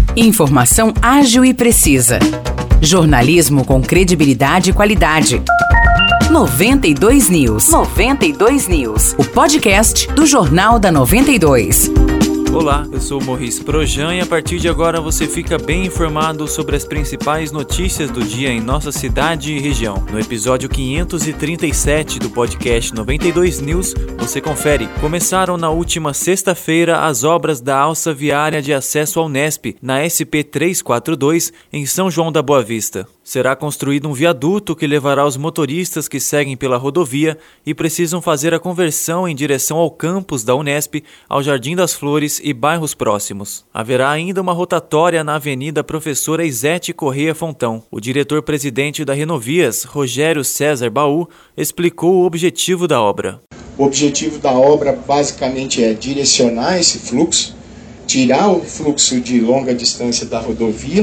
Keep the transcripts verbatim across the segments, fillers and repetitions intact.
Informação ágil e precisa. Jornalismo com credibilidade e qualidade. noventa e dois News. noventa e dois News. O podcast do Jornal da noventa e dois. Olá, eu sou o Maurice Projan e a partir de agora você fica bem informado sobre as principais notícias do dia em nossa cidade e região. No episódio quinhentos e trinta e sete do podcast noventa e dois News, você confere. Começaram na última sexta-feira as obras da alça viária de acesso ao Nesp, na S P trezentos e quarenta e dois, em São João da Boa Vista. Será construído um viaduto que levará os motoristas que seguem pela rodovia e precisam fazer a conversão em direção ao campus da Unesp, ao Jardim das Flores e bairros próximos. Haverá ainda uma rotatória na Avenida Professora Isete Correia Fontão. O diretor-presidente da Renovias, Rogério César Baú, explicou o objetivo da obra. O objetivo da obra basicamente é direcionar esse fluxo, tirar o fluxo de longa distância da rodovia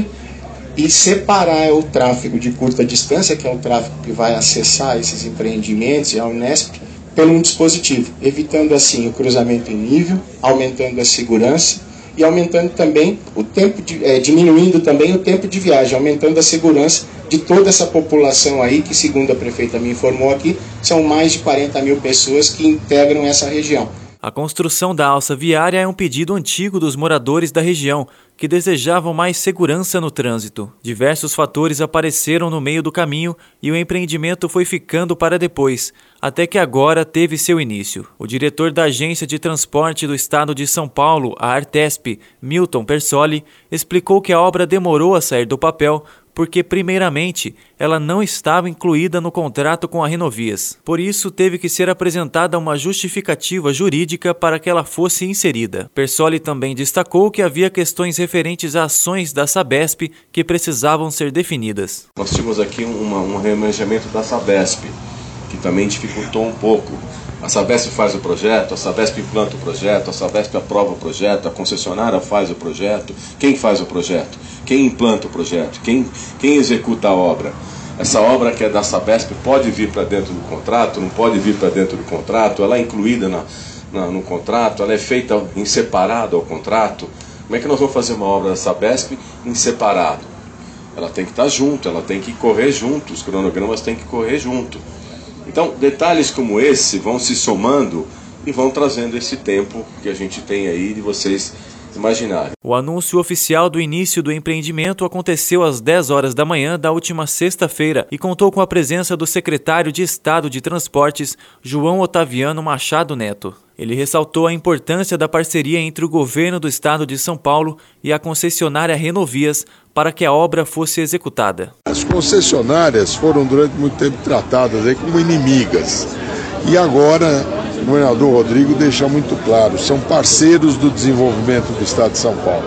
e separar o tráfego de curta distância, que é o tráfego que vai acessar esses empreendimentos e a Unesp, pelo um dispositivo, evitando assim o cruzamento em nível, aumentando a segurança e aumentando também o tempo, de, é, diminuindo também o tempo de viagem, aumentando a segurança de toda essa população aí, que segundo a prefeita me informou aqui, são mais de quarenta mil pessoas que integram essa região. A construção da alça viária é um pedido antigo dos moradores da região, que desejavam mais segurança no trânsito. Diversos fatores apareceram no meio do caminho e o empreendimento foi ficando para depois, até que agora teve seu início. O diretor da Agência de Transporte do Estado de São Paulo, a Artesp, Milton Persoli, explicou que a obra demorou a sair do papel porque, primeiramente, ela não estava incluída no contrato com a Renovias. Por isso, teve que ser apresentada uma justificativa jurídica para que ela fosse inserida. Persoli também destacou que havia questões referentes a ações da Sabesp que precisavam ser definidas. Nós tínhamos aqui uma, um remanejamento da Sabesp, que também dificultou um pouco. A Sabesp faz o projeto, a Sabesp implanta o projeto, a Sabesp aprova o projeto, a concessionária faz o projeto. Quem faz o projeto? Quem implanta o projeto? Quem, quem executa a obra? Essa obra que é da Sabesp pode vir para dentro do contrato, não pode vir para dentro do contrato, ela é incluída na, na, no contrato, ela é feita em separado ao contrato. Como é que nós vamos fazer uma obra da Sabesp em separado? Ela tem que estar junto, ela tem que correr junto, os cronogramas têm que correr junto. Então, detalhes como esse vão se somando e vão trazendo esse tempo que a gente tem aí de vocês imaginarem. O anúncio oficial do início do empreendimento aconteceu às dez horas da manhã da última sexta-feira e contou com a presença do secretário de Estado de Transportes, João Otaviano Machado Neto. Ele ressaltou a importância da parceria entre o governo do estado de São Paulo e a concessionária Renovias para que a obra fosse executada. As concessionárias foram durante muito tempo tratadas aí como inimigas e agora o governador Rodrigo deixa muito claro, são parceiros do desenvolvimento do estado de São Paulo.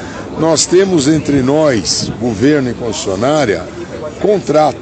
Nós temos entre nós, governo e concessionária, contrato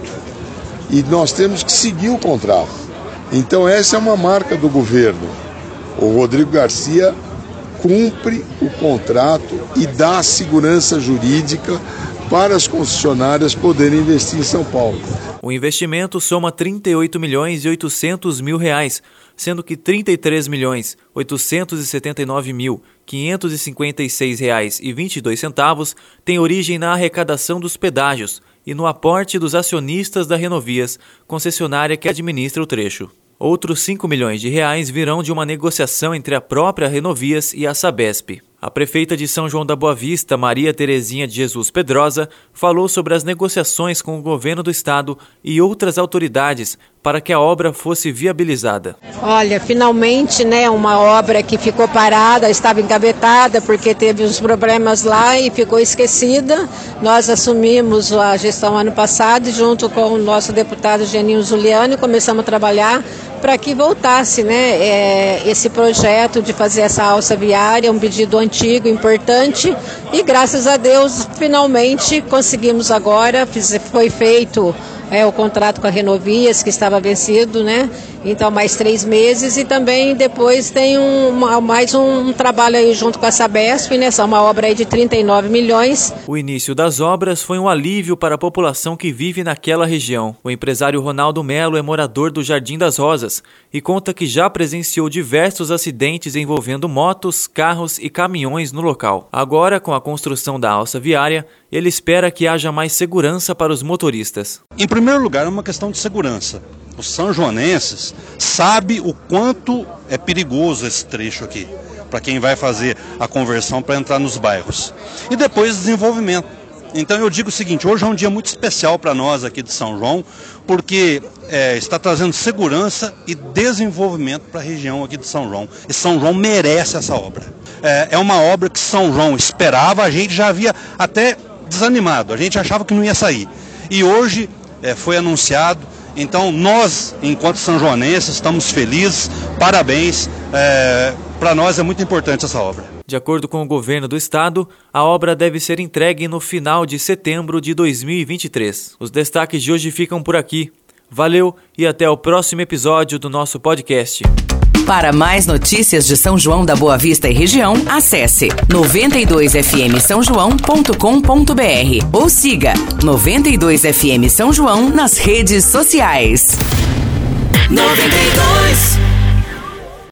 e nós temos que seguir o contrato. Então essa é uma marca do governo. O Rodrigo Garcia cumpre o contrato e dá segurança jurídica para as concessionárias poderem investir em São Paulo. O investimento soma trinta e oito milhões e oitocentos mil reais, sendo que trinta e três milhões oitocentos e setenta e nove mil quinhentos e cinquenta e seis reais e vinte e dois centavos tem origem na arrecadação dos pedágios e no aporte dos acionistas da Renovias, concessionária que administra o trecho. Outros cinco milhões de reais virão de uma negociação entre a própria Renovias e a Sabesp. A prefeita de São João da Boa Vista, Maria Terezinha de Jesus Pedrosa, falou sobre as negociações com o governo do estado e outras autoridades para que a obra fosse viabilizada. Olha, finalmente, né, uma obra que ficou parada, estava engavetada porque teve uns problemas lá e ficou esquecida. Nós assumimos a gestão ano passado e junto com o nosso deputado Geninho Zuliani começamos a trabalhar para que voltasse, né, é, esse projeto de fazer essa alça viária, um pedido antigo, importante, e graças a Deus finalmente conseguimos agora, foi feito é, o contrato com a Renovias, que estava vencido, né? Então, mais três meses e também depois tem um, mais um trabalho aí junto com a Sabesp, né? São uma obra aí de trinta e nove milhões. O início das obras foi um alívio para a população que vive naquela região. O empresário Ronaldo Melo é morador do Jardim das Rosas e conta que já presenciou diversos acidentes envolvendo motos, carros e caminhões no local. Agora, com a construção da alça viária, ele espera que haja mais segurança para os motoristas. Em primeiro lugar, é uma questão de segurança. Os são-joanenses sabem o quanto é perigoso esse trecho aqui, para quem vai fazer a conversão para entrar nos bairros. E depois desenvolvimento. Então eu digo o seguinte, hoje é um dia muito especial para nós aqui de São João, porque é, está trazendo segurança e desenvolvimento para a região aqui de São João. E São João merece essa obra. É, é uma obra que São João esperava, a gente já havia até desanimado, a gente achava que não ia sair. E hoje é, foi anunciado. Então nós, enquanto são-joanenses, estamos felizes, parabéns, é, para nós é muito importante essa obra. De acordo com o governo do estado, a obra deve ser entregue no final de setembro de dois mil e vinte e três. Os destaques de hoje ficam por aqui. Valeu e até o próximo episódio do nosso podcast. Para mais notícias de São João da Boa Vista e região, acesse noventa e dois f m são joão ponto com ponto b r ou siga noventa e dois F M São João nas redes sociais. noventa e dois